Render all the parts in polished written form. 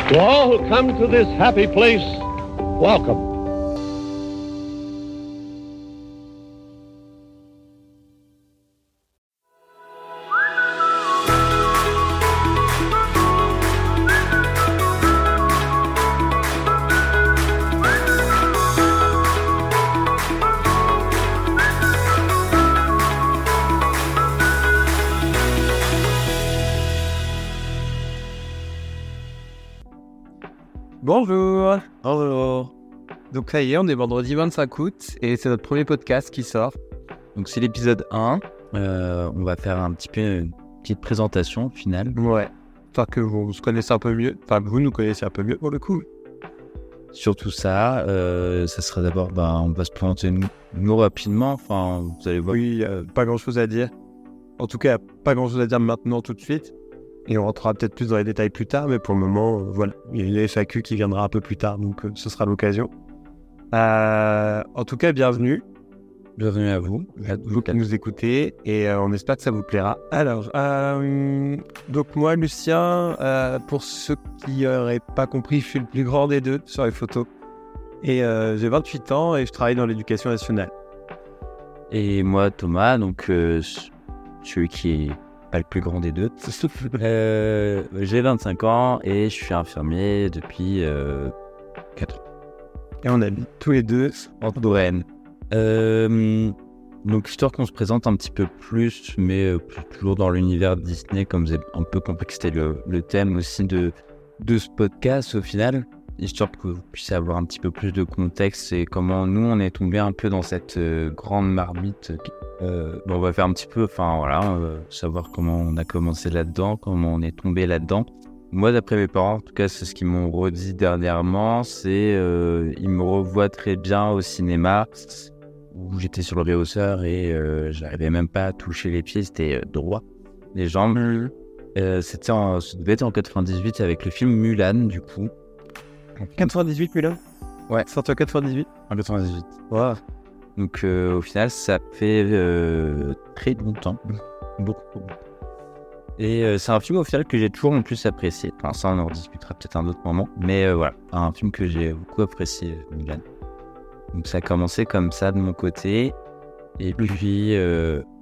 To all who come to this happy place, welcome. Bonjour. Bonjour. Donc ça y est, on est vendredi 25 août et c'est notre premier podcast qui sort. Donc c'est l'épisode 1. On va faire un petit peu une petite présentation finale. Ouais. Enfin que vous se connaissez un peu mieux. Enfin vous nous connaissez un peu mieux pour le coup. Surtout ça, ça sera d'abord, on va se présenter nous rapidement. Enfin, vous allez voir. Oui, pas grand chose à dire. En tout cas, pas grand chose à dire maintenant tout de suite. Et on rentrera peut-être plus dans les détails plus tard, mais pour le moment, voilà. Il y a une FAQ qui viendra un peu plus tard, donc ce sera l'occasion. En tout cas, bienvenue. Bienvenue à vous. Vous qui nous écoutez, et on espère que ça vous plaira. Alors, donc moi, Lucien, pour ceux qui n'auraient pas compris, je suis le plus grand des deux sur les photos. Et j'ai 28 ans et je travaille dans l'éducation nationale. Et moi, Thomas, donc celui qui est pas le plus grand des deux. J'ai 25 ans et je suis infirmier depuis 4 ans. Et on habite tous les deux en Touraine. Donc histoire qu'on se présente un petit peu plus, mais toujours dans l'univers Disney, comme c'est un peu complexe, c'était le thème aussi de ce podcast au final, histoire que vous puissiez avoir un petit peu plus de contexte et comment nous on est tombé un peu dans cette grande marmite. On va faire un petit peu, savoir comment on a commencé là-dedans, comment on est tombé là-dedans. Moi, d'après mes parents, en tout cas, c'est ce qu'ils m'ont redit dernièrement, c'est ils me revoient très bien au cinéma, où j'étais sur le réhausseur et j'arrivais même pas à toucher les pieds, c'était droit, les jambes. Ça devait être en 98 avec le film Mulan, du coup. 98 Mulan ? Ouais. Sorti en 98 ? En 98. Wow. Donc au final, ça fait très longtemps. Beaucoup. Et c'est un film au final que j'ai toujours le plus apprécié. Enfin, ça, on en rediscutera peut-être un autre moment. Mais voilà, un film que j'ai beaucoup apprécié, Mulan. Donc ça a commencé comme ça de mon côté. Et puis, toi ?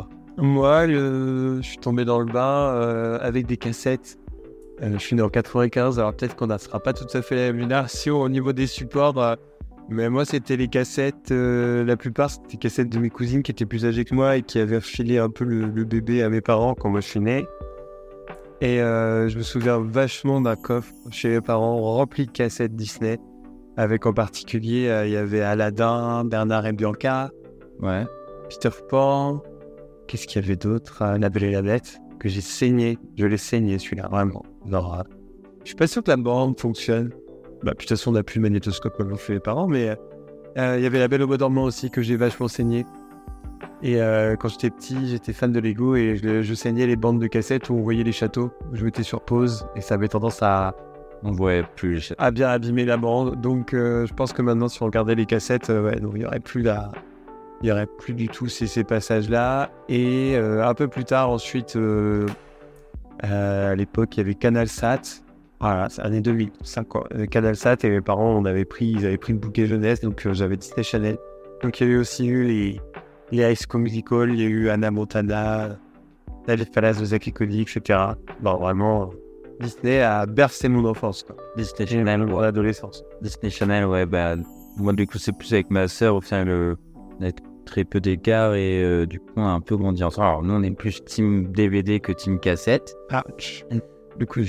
Moi, je suis tombé dans le bain avec des cassettes. Je suis né en 95, alors peut-être qu'on ne sera pas tout à fait la même génération au niveau des supports. Mais moi, c'était les cassettes. La plupart, c'était des cassettes de mes cousines qui étaient plus âgées que moi et qui avaient filé un peu le bébé à mes parents quand moi je suis né. Et je me souviens vachement d'un coffre chez mes parents rempli de cassettes Disney. Avec en particulier, il y avait Aladdin, Bernard et Bianca, ouais. Peter Pan. Qu'est-ce qu'il y avait d'autre ? La Belle et la Bête, que j'ai saigné. Je l'ai saigné celui-là, vraiment. Alors, je suis pas sûr que la bande fonctionne. Puis de toute façon, on n'a plus de magnétoscope comme l'ont fait les parents, mais il y avait La Belle au bois dormant aussi, que j'ai vachement saigné. Et quand j'étais petit, j'étais fan de Lego et je saignais les bandes de cassettes où on voyait les châteaux. Je mettais sur pause et ça avait tendance à... On voyait plus les châteaux. À bien abîmer la bande. Donc, je pense que maintenant, si on regardait les cassettes, il n'y aurait plus il n'y aurait plus du tout ces passages-là. Et un peu plus tard, ensuite, à l'époque, il y avait CanalSat. Voilà, c'est l'année 2005, quoi. CanalSat et mes parents, ils avaient pris le bouquet jeunesse, donc j'avais Disney Channel. Donc il y a eu aussi les High School Musical, il y a eu Hannah Montana, La Vie de Palace de Zack et Cody, etc. Bon, vraiment, Disney a bercé mon enfance, quoi. Disney Channel, pour l'adolescence. Disney Channel, ouais, moi du coup, c'est plus avec ma sœur, au final, on a très peu d'écart et du coup, on a un peu grandi ensemble. Alors, nous, on est plus team DVD que team cassette. Du coup,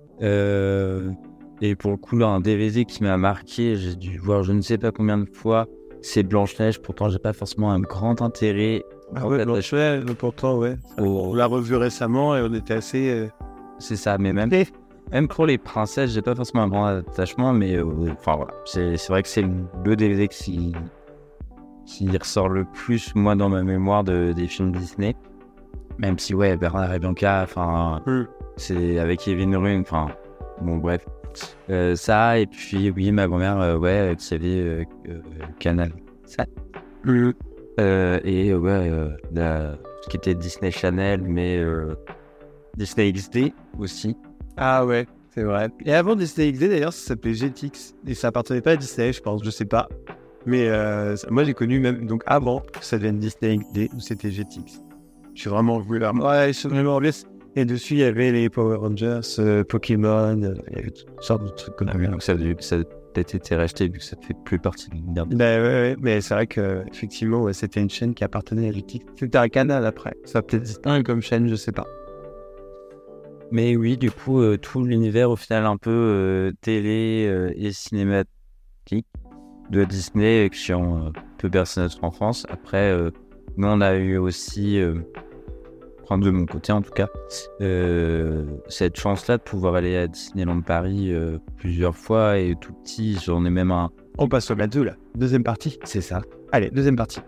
et pour le coup, là, un DVD qui m'a marqué, j'ai dû voir je ne sais pas combien de fois, c'est Blanche-Neige. Pourtant, j'ai pas forcément un grand intérêt. Blanche-Neige, pourtant, ouais. On l'a revu récemment et on était assez... C'est ça, mais même pour les princesses, j'ai pas forcément un grand attachement, mais voilà. C'est vrai que c'est le DVD qui ressort le plus, moi, dans ma mémoire des films Disney. Même si, ouais, Bernard et Bianca, c'est avec Kevin Rune, bon, bref. Ça, et puis, oui, ma grand-mère, qui avait Canal. Ça. Et, ce qui était Disney Channel, mais Disney XD aussi. Ah ouais, C'est vrai. Et avant Disney XD, d'ailleurs, ça s'appelait Jetix. Et ça appartenait pas à Disney, je pense, je sais pas. Mais moi, j'ai connu même, donc avant que ça devienne Disney XD, où c'était Jetix. Je suis vraiment venu là. Ouais, je suis vraiment bien. Et dessus, il y avait les Power Rangers, Pokémon, il y avait toutes sortes de trucs qu'on avait. Donc ça a peut-être été racheté vu que ça ne fait plus partie de l'univers. Ouais, mais c'est vrai qu'effectivement, ouais, c'était une chaîne qui appartenait à Jetix. C'était un canal après. Ça a peut-être distingué comme chaîne, je sais pas. Mais oui, du coup, tout l'univers au final un peu télé et cinématique de Disney qui ont un peu bercé notre enfance. Après, nous on a eu aussi, enfin de mon côté en tout cas, cette chance-là de pouvoir aller à Disneyland Paris plusieurs fois et tout petit, j'en ai même un... On passe au là, deuxième partie. C'est ça. Allez, deuxième partie.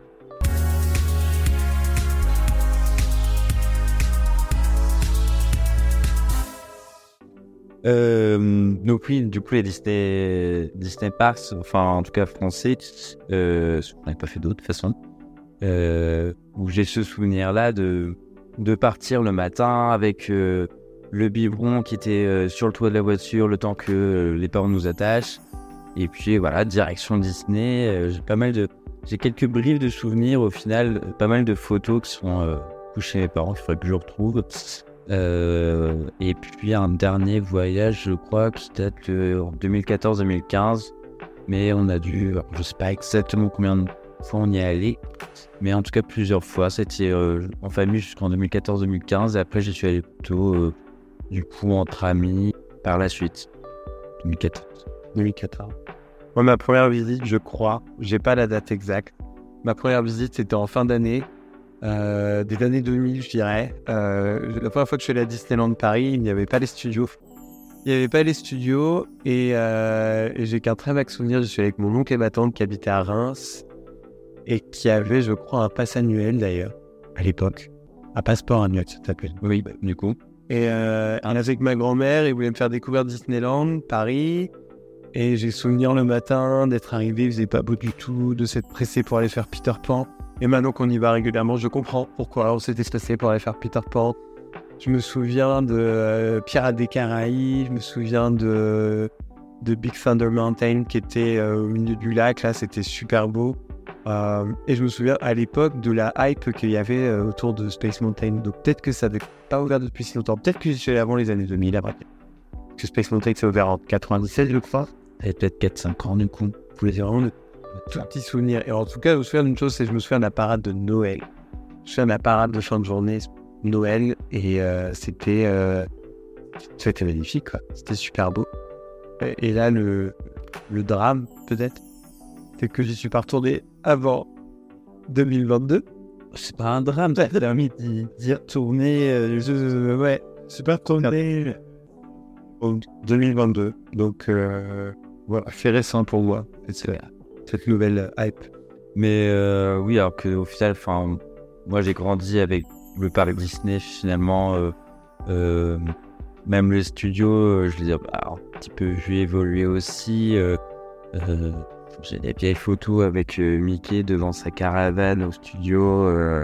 Donc oui, du coup les Disney Parks, enfin en tout cas français, on n'avait pas fait d'autres de toute façon, où j'ai ce souvenir-là de partir le matin avec le biberon qui était sur le toit de la voiture le temps que les parents nous attachent, et puis voilà, direction Disney. J'ai quelques briefs de souvenirs au final, pas mal de photos qui sont chez mes parents qu'il faudrait que je retrouve. Et puis un dernier voyage, je crois, qui date en 2014-2015, mais on a dû, je sais pas exactement combien de fois on y est allé, mais en tout cas plusieurs fois. C'était en famille jusqu'en 2014-2015, et après j'y suis allé plutôt du coup entre amis par la suite. 2014. Moi, ma première visite, je crois, j'ai pas la date exacte. Ma première visite, c'était en fin d'année. Des années 2000, je dirais. La première fois que je suis allé à Disneyland Paris, il n'y avait pas les studios. Et j'ai qu'un très vague souvenir. Je suis allé avec mon oncle et ma tante qui habitaient à Reims et qui avaient, je crois, un pass annuel d'ailleurs, à l'époque. Un passeport annuel, ça s'appelle. Oui, du coup. Et avec ma grand-mère, ils voulaient me faire découvrir Disneyland Paris. Et j'ai souvenir le matin d'être arrivé, il faisait pas beau du tout, de s'être pressé pour aller faire Peter Pan. Et maintenant qu'on y va régulièrement, je comprends pourquoi on s'était stressé pour aller faire Peter Pan. Je me souviens de Pirates des Caraïbes, je me souviens de Big Thunder Mountain qui était au milieu du lac, là c'était super beau. Et je me souviens à l'époque de la hype qu'il y avait autour de Space Mountain. Donc peut-être que ça n'avait pas ouvert depuis si longtemps, peut-être que j'y suis allé avant les années 2000 à vrai dire. Parce que Space Mountain s'est ouvert en 97 je crois. Ça fait peut-être 4-5 ans du coup. Vous voulez dire vraiment de tout petits souvenirs. Et en tout cas, je me souviens d'une chose, c'est que je me souviens de la parade de Noël. Je me souviens de la parade de fin de journée Noël. Et c'était magnifique, quoi. C'était super beau. Et là, le drame, peut-être, c'est que j'y suis pas retourné avant 2022. C'est pas un drame, ça t'a permis d'y retourner. Ouais, je suis pas retourné en 2022. Donc, voilà, c'est récent pour moi. Cette nouvelle hype. Mais oui, alors qu'au final, moi j'ai grandi avec le parc Disney finalement. Même les studios, je les ai un petit peu vu évoluer aussi. J'ai des vieilles photos avec Mickey devant sa caravane au studio.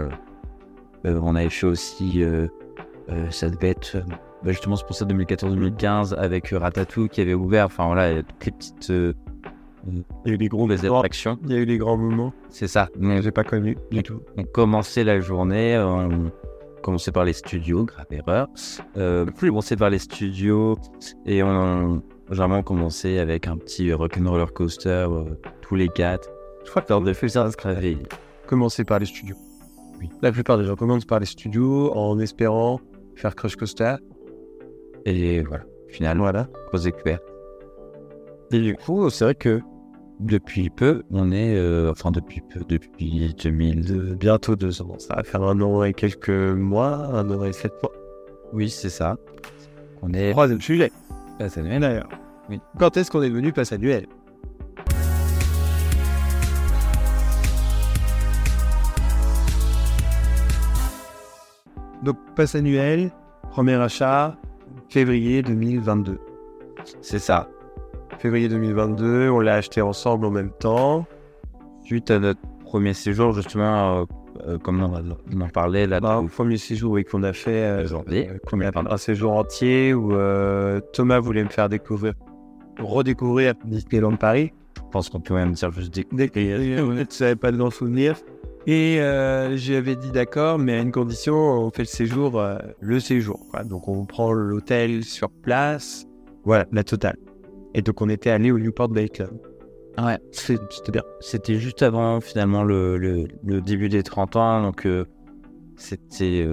On avait fait aussi, ça devait être justement c'est pour ça 2014-2015 avec Ratatouille qui avait ouvert. Enfin voilà, il y a toutes les petites... il y a eu des gros attractions. Il y a eu des grands moments. C'est ça. Mais j'ai pas connu du tout. On commençait la journée, on commençait par les studios, grave erreur. Plus on commençait par les studios et on généralement commençait avec un petit rock'n'roller coaster tous les 4. Je crois que l'ordre de feu ça se gravait. Commencer par les studios. Oui. La plupart des gens commencent par les studios en espérant faire Crush Coaster. Et voilà, finalement, voilà. Gros découverte. Et du coup, c'est vrai que depuis peu, on est... depuis 2000... bientôt 2 ans. Ça va faire 1 an et quelques mois, 1 an et 7 mois. Oui, c'est ça. On est... 3e sujet. Pass annuel d'ailleurs. Oui. Quand est-ce qu'on est devenu pass annuel ? Donc, pass annuel, premier achat, février 2022. C'est ça. Février 2022, on l'a acheté ensemble en même temps. Suite à notre premier séjour, justement, comme on en parlait là. Au premier séjour, oui, qu'on a fait, janvier. qu'on a fait un séjour entier où Thomas voulait me faire redécouvrir Disneyland Paris. Je pense qu'on peut même dire juste découvrir. Tu n'avais pas de grands souvenirs. Et j'avais dit d'accord, mais à une condition, on fait le séjour, quoi. Donc on prend l'hôtel sur place, voilà, la totale. Et donc on était allé au Newport Bay Club. Ouais, c'était bien. C'était juste avant finalement le début des 30 ans, donc c'était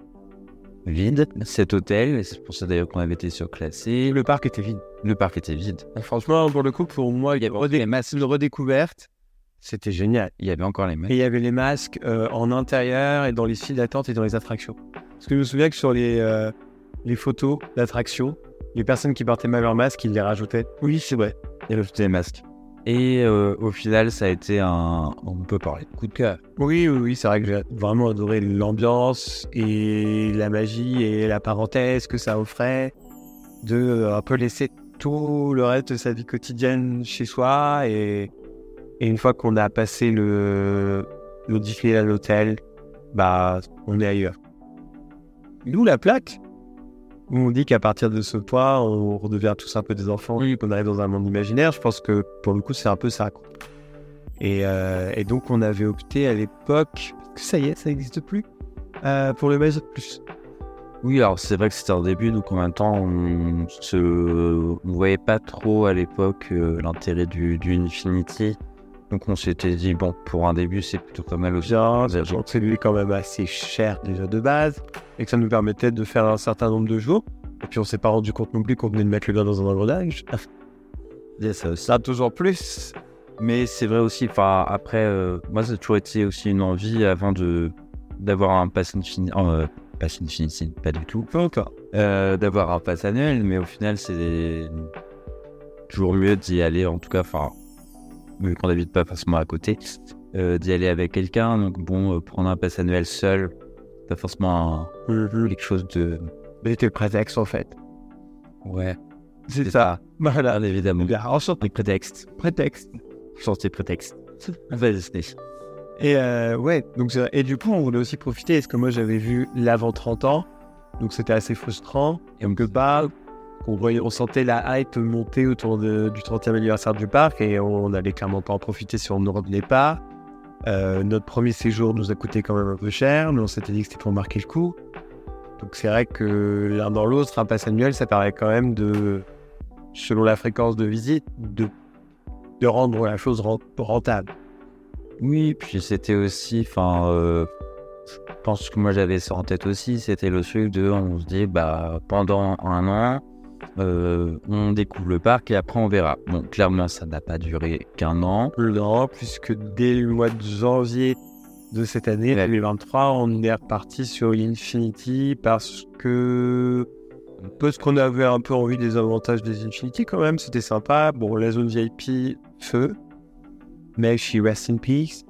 vide cet hôtel, et c'est pour ça d'ailleurs qu'on avait été surclassé. Le parc était vide. Et franchement, pour le coup, pour moi, il y avait une redécouverte. C'était génial. Il y avait encore les masques. Et il y avait les masques en intérieur et dans les files d'attente et dans les attractions. Parce que je me souviens que sur les photos d'attractions, les personnes qui portaient mal leur masque, ils les rajoutaient. Oui, c'est vrai. Il y avait les masques. Et au final, ça a été on peut parler de coup de cœur. Oui, c'est vrai que j'ai vraiment adoré l'ambiance et la magie et la parenthèse que ça offrait de un peu laisser tout le reste de sa vie quotidienne chez soi et une fois qu'on a passé le Disneyland à l'hôtel, on est ailleurs. Nous, la plaque, où on dit qu'à partir de ce point, on redevient tous un peu des enfants, qu'on arrive dans un monde imaginaire. Je pense que pour le coup, c'est un peu ça, quoi. Et donc, on avait opté à l'époque, que ça y est, ça n'existe plus, pour le Magic Plus. Oui, alors c'est vrai que c'était en début, donc en même temps, on voyait pas trop à l'époque l'intérêt du Infinity. Donc on s'était dit, bon, pour un début, c'est plutôt pas mal aussi. Sachant que c'est quand même assez cher déjà de base, et que ça nous permettait de faire un certain nombre de jours. Et puis on s'est pas rendu compte non plus qu'on venait de mettre le doigt dans un engrenage. Ça toujours plus. Mais c'est vrai aussi, après, moi ça a toujours été aussi une envie avant d'avoir un pass Infinity, pas du tout. Pas encore. D'avoir un pass annuel, mais au final c'est toujours mieux d'y aller, en tout cas, vu qu'on n'habite pas forcément à côté, d'y aller avec quelqu'un. Donc bon, prendre un pass annuel seul, pas forcément quelque chose de... Mais c'était le prétexte en fait. Ouais. C'est ça. Voilà. Bien évidemment. Bien, enchanté. Prétexte. Enchanté prétexte. Vas-y. Et ouais, donc et du coup, on voulait aussi profiter, parce que moi j'avais vu l'avant 30 ans, donc c'était assez frustrant. Et on sentait la hype monter autour du 30e anniversaire du parc, et on n'allait clairement pas en profiter si on ne revenait pas. Notre premier séjour nous a coûté quand même un peu cher, mais on s'était dit que c'était pour marquer le coup. Donc c'est vrai que l'un dans l'autre, un pass annuel, ça permet quand même selon la fréquence de visite, de rendre la chose rentable. Oui, puis c'était aussi, je pense que moi j'avais ça en tête aussi, c'était le truc on se dit, pendant un an, on découvre le parc et après on verra. Bon, clairement, ça n'a pas duré qu'un an. Non, puisque dès le mois de janvier de cette année, 2023, on est reparti sur l'Infinity parce que qu'on avait un peu envie des avantages des Infinity quand même, c'était sympa. Bon, la zone VIP, feu. Mais she rest in peace.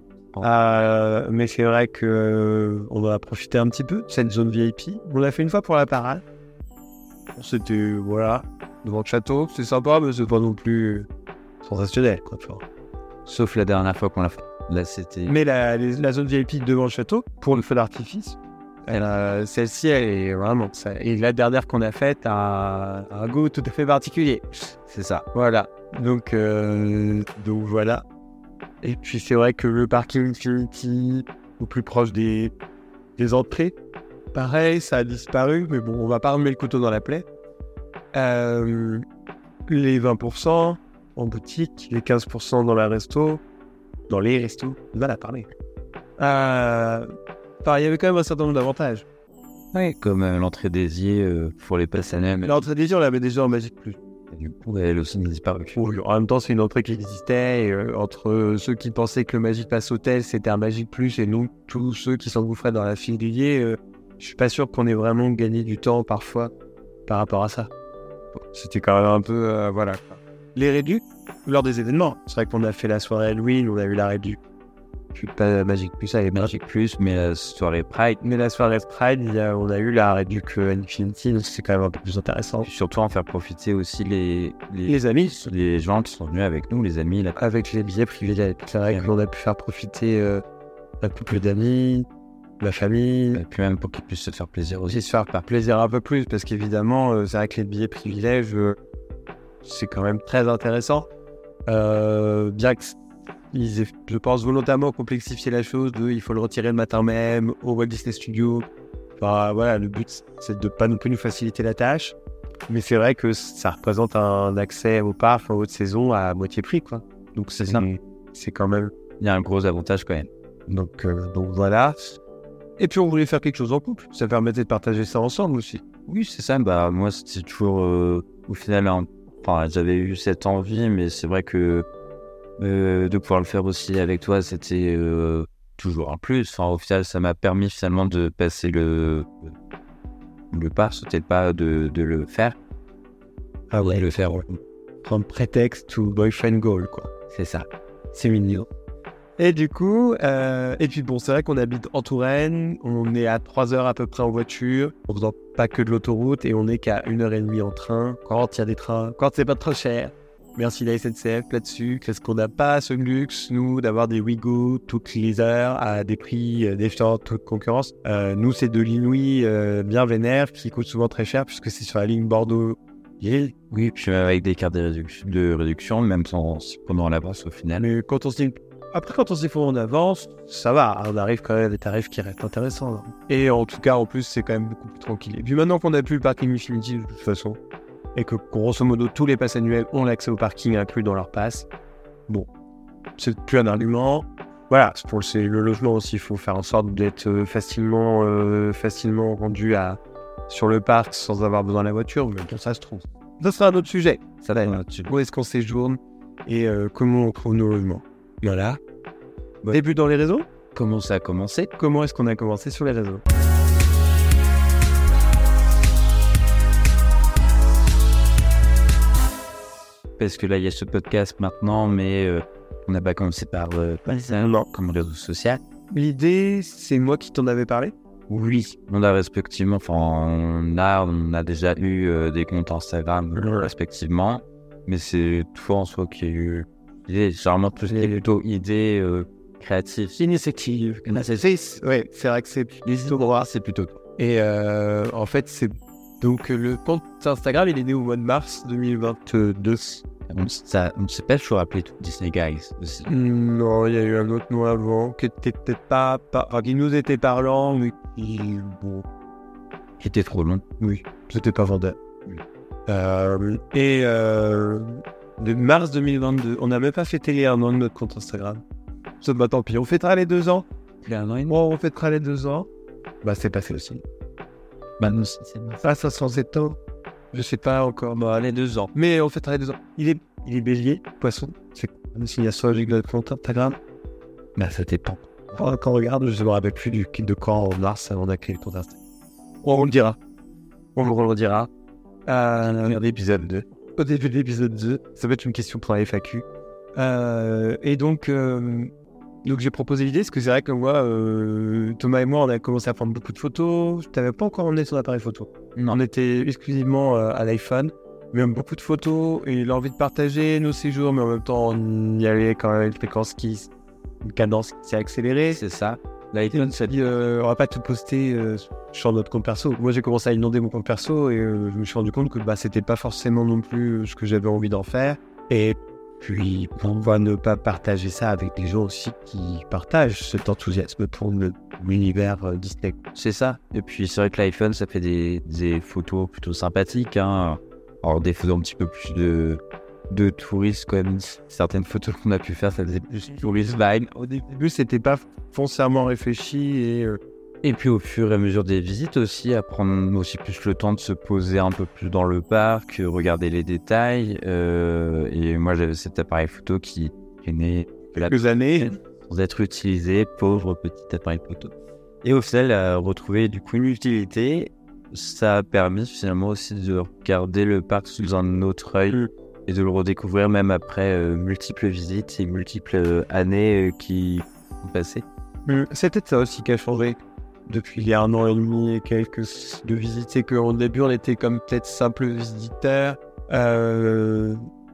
Mais c'est vrai que on a profité un petit peu de cette zone VIP. On l'a fait une fois pour la parade. C'était, devant le château. C'est sympa, mais c'est pas non plus sensationnel, quoi. Sauf la dernière fois qu'on l'a fait. Là, c'était... Mais la zone VIP devant le château, pour le feu d'artifice, celle-ci, elle est vraiment... Et la dernière qu'on a faite a un goût tout à fait particulier. C'est ça. Voilà. Donc voilà. Et puis c'est vrai que le parking Infinity, au plus proche des entrées, pareil, ça a disparu, mais bon, on va pas remettre le couteau dans la plaie. Les 20% en boutique, les 15% dans les restos, on va la parler. Il y avait quand même un certain nombre d'avantages. Oui, comme l'entrée dédiée pour les passes annuelles. L'entrée dédiée, on l'avait déjà en Magic Plus. Du coup, elle aussi n'a disparu. Oui, en même temps, c'est une entrée qui existait. Et, entre ceux qui pensaient que le Magic Pass Hotel, c'était un Magic Plus, et nous, tous ceux qui s'engouffraient dans la file dédiée, je suis pas sûr qu'on ait vraiment gagné du temps parfois par rapport à ça. Bon, c'était quand même un peu... voilà. Les réducs, lors des événements. C'est vrai qu'on a fait la soirée Halloween, on a eu la réduc. Je suis pas Magic Plus, ça est Magic Plus, mais la soirée Pride. Mais la soirée Pride, on a eu la réduc Infinity, donc c'est quand même un peu plus intéressant. Et surtout en faire profiter aussi les amis. Les gens qui sont venus avec nous, les amis. Avec les billets privés. C'est vrai qu'on a pu faire profiter un couple d'amis, la famille. Et puis même pour qu'ils puissent se faire plaisir aussi. Et se faire plaisir un peu plus, parce qu'évidemment, c'est vrai que les billets privilèges, c'est quand même très intéressant. Bien que ils aient, je pense, volontairement complexifié la chose il faut le retirer le matin même au Walt Disney Studio. Enfin, voilà, le but, c'est de pas non plus nous faciliter la tâche. Mais c'est vrai que ça représente un accès au parc en haute saison à moitié prix, quoi. Donc c'est quand même... Il y a un gros avantage quand même. Donc voilà. Et puis on voulait faire quelque chose en couple. Ça permettait de partager ça ensemble aussi. Oui, c'est ça. Bah, moi, c'était toujours... au final, enfin, j'avais eu cette envie, mais c'est vrai que de pouvoir le faire aussi avec toi, c'était toujours un plus. Enfin, au final, ça m'a permis finalement de passer le pas, sauter le pas de le faire. Ah ouais. De le faire. From prétexte to boyfriend goal, quoi. C'est ça. C'est mignon. Et du coup, et puis bon, c'est vrai qu'on habite en Touraine, on est à 3 heures à peu près en voiture, en faisant pas que de l'autoroute, et on est qu'à 1h30 en train, quand il y a des trains, quand c'est pas trop cher. Merci la SNCF là-dessus, parce qu'on n'a pas ce luxe, nous, d'avoir des Ouigo toutes les heures à des prix défiant toute concurrence. Nous, c'est de l'inouï bien vénère, qui coûte souvent très cher, puisque c'est sur la ligne Bordeaux-Lille. Oui, puis même avec des cartes de réduction, même sans pendant l'avance au final. Mais quand on s'y fout en avance, ça va, on arrive quand même à des tarifs qui restent intéressants. Là. Et en tout cas, en plus, c'est quand même beaucoup plus tranquille. Et puis maintenant qu'on n'a plus le parking Infinity de toute façon, et que grosso modo tous les passes annuels ont l'accès au parking inclus dans leur passe, bon, c'est plus un argument. Voilà, c'est le logement aussi, il faut faire en sorte d'être facilement rendu sur le parc sans avoir besoin de la voiture, mais bon, ça se trouve. Ça sera un autre sujet. Ça va être où est-ce qu'on séjourne et comment on trouve nos logements. Voilà. Ouais. Début dans les réseaux. Comment ça a commencé? Comment est-ce qu'on a commencé sur les réseaux? Parce que là, il y a ce podcast maintenant, mais on n'a pas commencé par comme réseau social. L'idée, c'est moi qui t'en avais parlé? Oui, on a respectivement, enfin, on a déjà eu des comptes Instagram respectivement, mais c'est toi en soi qui a eu l'idée, généralement tout ce qui est plutôt idée créative. Initiative. Ouais, c'est vrai que c'est C'est plutôt toi. Et en fait, c'est donc le compte Instagram, il est né au mois de mars 2022. On ne s'est pas toujours appelé Disney Guys aussi. Non, il y a eu un autre nom avant qui était peut-être pas enfin, qui nous était parlant, mais qui était trop long. Oui, c'était pas vendeur. Oui. De mars 2022, on n'a même pas fêté les 1 an de notre compte Instagram. Ça, bah tant pis, on fêtera les 2 ans. Il y a 1 an et demi. Bon, on fêtera les 2 ans. Bah c'est passé aussi. Bah non, c'est bon. Ah, 507 ans. Je sais pas encore. Bah les 2 ans. Mais on fêtera les 2 ans. Il est bélier, poisson. C'est une signe astrologique de notre compte Instagram. Bah ça dépend. Quand on regarde, je ne me rappelle plus de quand en mars on a créé le compte Instagram. On le dira. On le redira. L'épisode 2. Au début de l'épisode 2. Ça va être une question pour la FAQ. Et donc j'ai proposé l'idée, parce que c'est vrai que moi, Thomas et moi, on a commencé à prendre beaucoup de photos. Je n'avais pas encore emmené son appareil photo. Non. On était exclusivement à l'iPhone, mais même beaucoup de photos et l'envie de partager nos séjours, mais en même temps, on y allait quand même une cadence qui s'est accélérée. C'est ça. L'iPhone, ça dit. On va pas tout poster sur notre compte perso. Moi, j'ai commencé à inonder mon compte perso et je me suis rendu compte que c'était pas forcément non plus ce que j'avais envie d'en faire. Et puis, on va ne pas partager ça avec des gens aussi qui partagent cet enthousiasme pour l'univers Disney. C'est ça. Et puis, c'est vrai que l'iPhone, ça fait des photos plutôt sympathiques. Hein. Alors, des photos un petit peu plus de touristes, quand même. Certaines photos qu'on a pu faire, ça faisait plus tourist vibe. Au début, c'était pas foncièrement réfléchi et puis au fur et à mesure des visites aussi, à prendre aussi plus le temps de se poser un peu plus dans le parc, regarder les détails. Et moi, j'avais cet appareil photo qui est né quelques années sans être utilisé, pauvre petit appareil photo. Et au final, à retrouver du coup une utilité, ça a permis finalement aussi de regarder le parc sous un autre œil et de le redécouvrir même après multiples visites et multiples années qui ont passé. C'est peut-être ça aussi qui a changé. Depuis il y a 1 an et demi et quelques de visiter, qu'au début on était comme peut-être simple visiteur.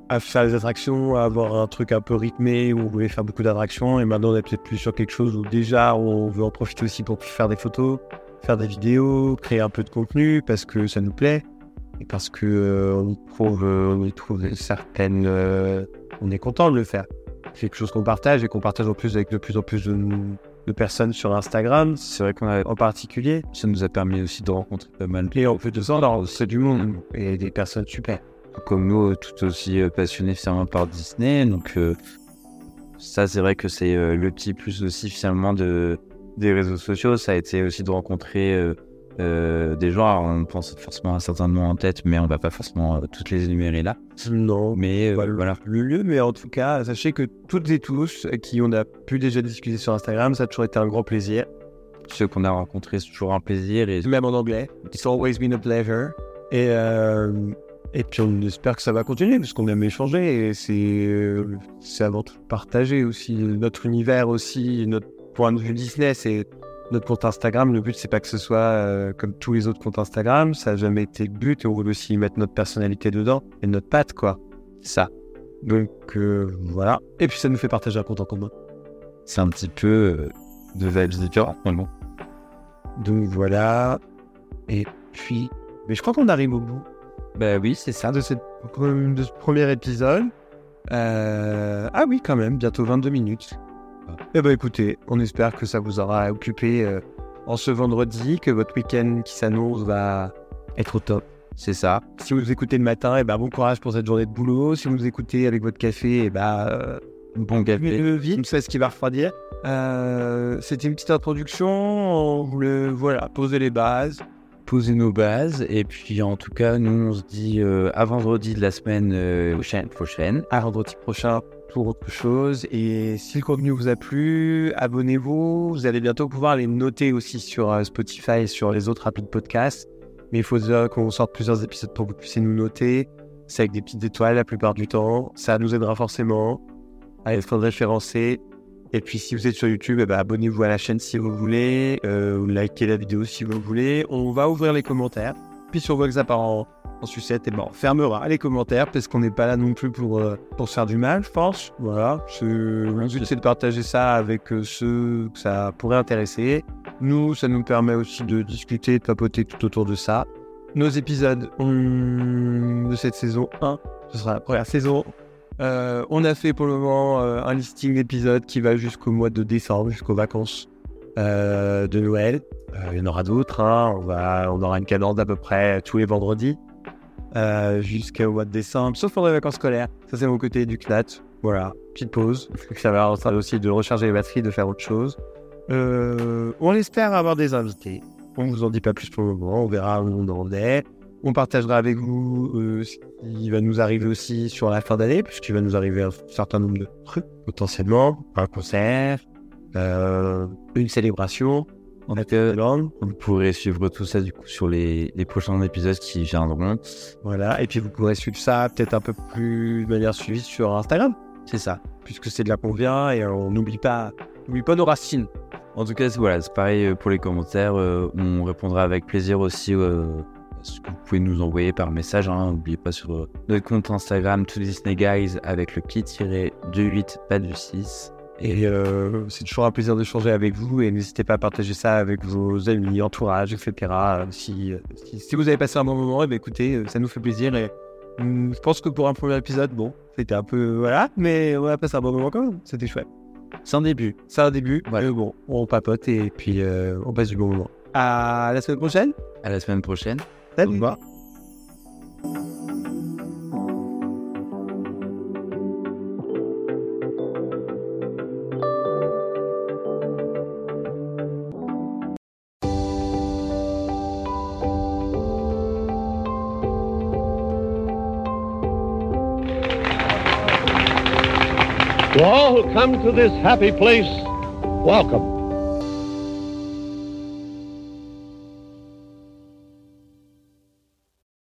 à faire des attractions, à avoir un truc un peu rythmé où on voulait faire beaucoup d'attractions. Et maintenant, on est peut-être plus sur quelque chose où déjà, on veut en profiter aussi pour faire des photos, faire des vidéos, créer un peu de contenu parce que ça nous plaît et parce que on y trouve certaines... on est content de le faire. C'est quelque chose qu'on partage et qu'on partage en plus avec de plus en plus de personnes sur Instagram. C'est vrai en particulier, ça nous a permis aussi de rencontrer pas mal et en plus de ça, c'est du monde et des personnes super. Comme nous, tout aussi passionnés finalement par Disney. Donc ça, c'est vrai que c'est le petit plus aussi finalement des réseaux sociaux. Ça a été aussi de rencontrer des gens. Alors, on pense forcément à un certain nom en tête, mais on va pas forcément toutes les énumérer là. Non, mais voilà. Le lieu, mais en tout cas, sachez que toutes et tous qui on a pu déjà discuter sur Instagram, ça a toujours été un grand plaisir. Ceux qu'on a rencontrés, c'est toujours un plaisir. Et... Même en anglais, it's always been a pleasure. Et puis on espère que ça va continuer parce qu'on aime échanger et c'est avant tout partager aussi notre univers aussi, notre point de vue Disney, c'est notre compte Instagram. Le but c'est pas que ce soit comme tous les autres comptes Instagram, ça n'a jamais été le but et on veut aussi mettre notre personnalité dedans et notre patte quoi. C'est ça. Donc voilà. Et puis ça nous fait partager un compte en commun. C'est un petit peu de vibes différentes normalement. Donc voilà. Et puis, mais je crois qu'on arrive au bout. Bah oui, c'est ça. De ce premier épisode. Ah oui, quand même, bientôt 22 minutes. Eh ben écoutez, on espère que ça vous aura occupé en ce vendredi, que votre week-end qui s'annonce va être au top. C'est ça. Si vous écoutez le matin, eh ben bon courage pour cette journée de boulot. Si vous écoutez avec votre café, eh ben bon café. Vite, c'est ce qui va refroidir. C'était une petite introduction. On voulait poser les bases. Poser nos bases et puis en tout cas nous on se dit à vendredi de la semaine prochaine. À vendredi prochain pour autre chose et si le contenu vous a plu, abonnez-vous, vous allez bientôt pouvoir les noter aussi sur Spotify et sur les autres applis de podcast, mais il faut dire qu'on sorte plusieurs épisodes pour que vous puissiez nous noter, c'est avec des petites étoiles la plupart du temps, ça nous aidera forcément à être référencé. Et puis si vous êtes sur YouTube, abonnez-vous à la chaîne si vous voulez, likez la vidéo si vous voulez. On va ouvrir les commentaires. Puis si on voit que ça part en sucette, on fermera les commentaires parce qu'on n'est pas là non plus pour se faire du mal, je pense. Voilà. Le but c'est de partager ça avec ceux que ça pourrait intéresser. Nous, ça nous permet aussi de discuter, de papoter tout autour de ça. Nos épisodes de cette saison 1, ce sera la première saison. On a fait pour le moment un listing d'épisodes qui va jusqu'au mois de décembre, jusqu'aux vacances de Noël. Il y en aura d'autres, hein. On aura une cadence d'à peu près tous les vendredis jusqu'au mois de décembre, sauf pendant les vacances scolaires. Ça c'est mon côté du CNAT. Voilà, petite pause. Ça va aussi de recharger les batteries, de faire autre chose. On espère avoir des invités. On ne vous en dit pas plus pour le moment, on verra où on en est. On partagera avec vous ce qui va nous arriver aussi sur la fin d'année, puisqu'il va nous arriver un certain nombre de trucs, potentiellement, un concert, une célébration. Vous pourrez suivre tout ça du coup sur les prochains épisodes qui viendront. Voilà, et puis vous pourrez suivre ça peut-être un peu plus de manière suivie sur Instagram. C'est ça, puisque c'est de là qu'on vient et on n'oublie pas nos racines. En tout cas, c'est pareil pour les commentaires. On répondra avec plaisir aussi ce que vous pouvez nous envoyer par message. N'oubliez pas sur notre compte Instagram, To Disney Guys, avec le /28, pas de 6. Et c'est toujours un plaisir d'échanger avec vous et n'hésitez pas à partager ça avec vos amis, entourage, etc. Si vous avez passé un bon moment, écoutez, ça nous fait plaisir et je pense que pour un premier épisode, c'était un peu, voilà, mais on a passé un bon moment quand même, c'était chouette. C'est un début, voilà. On papote et puis on passe du bon moment. À la semaine prochaine. À la semaine prochaine. Salut. Au revoir. To all who come to this happy place, welcome.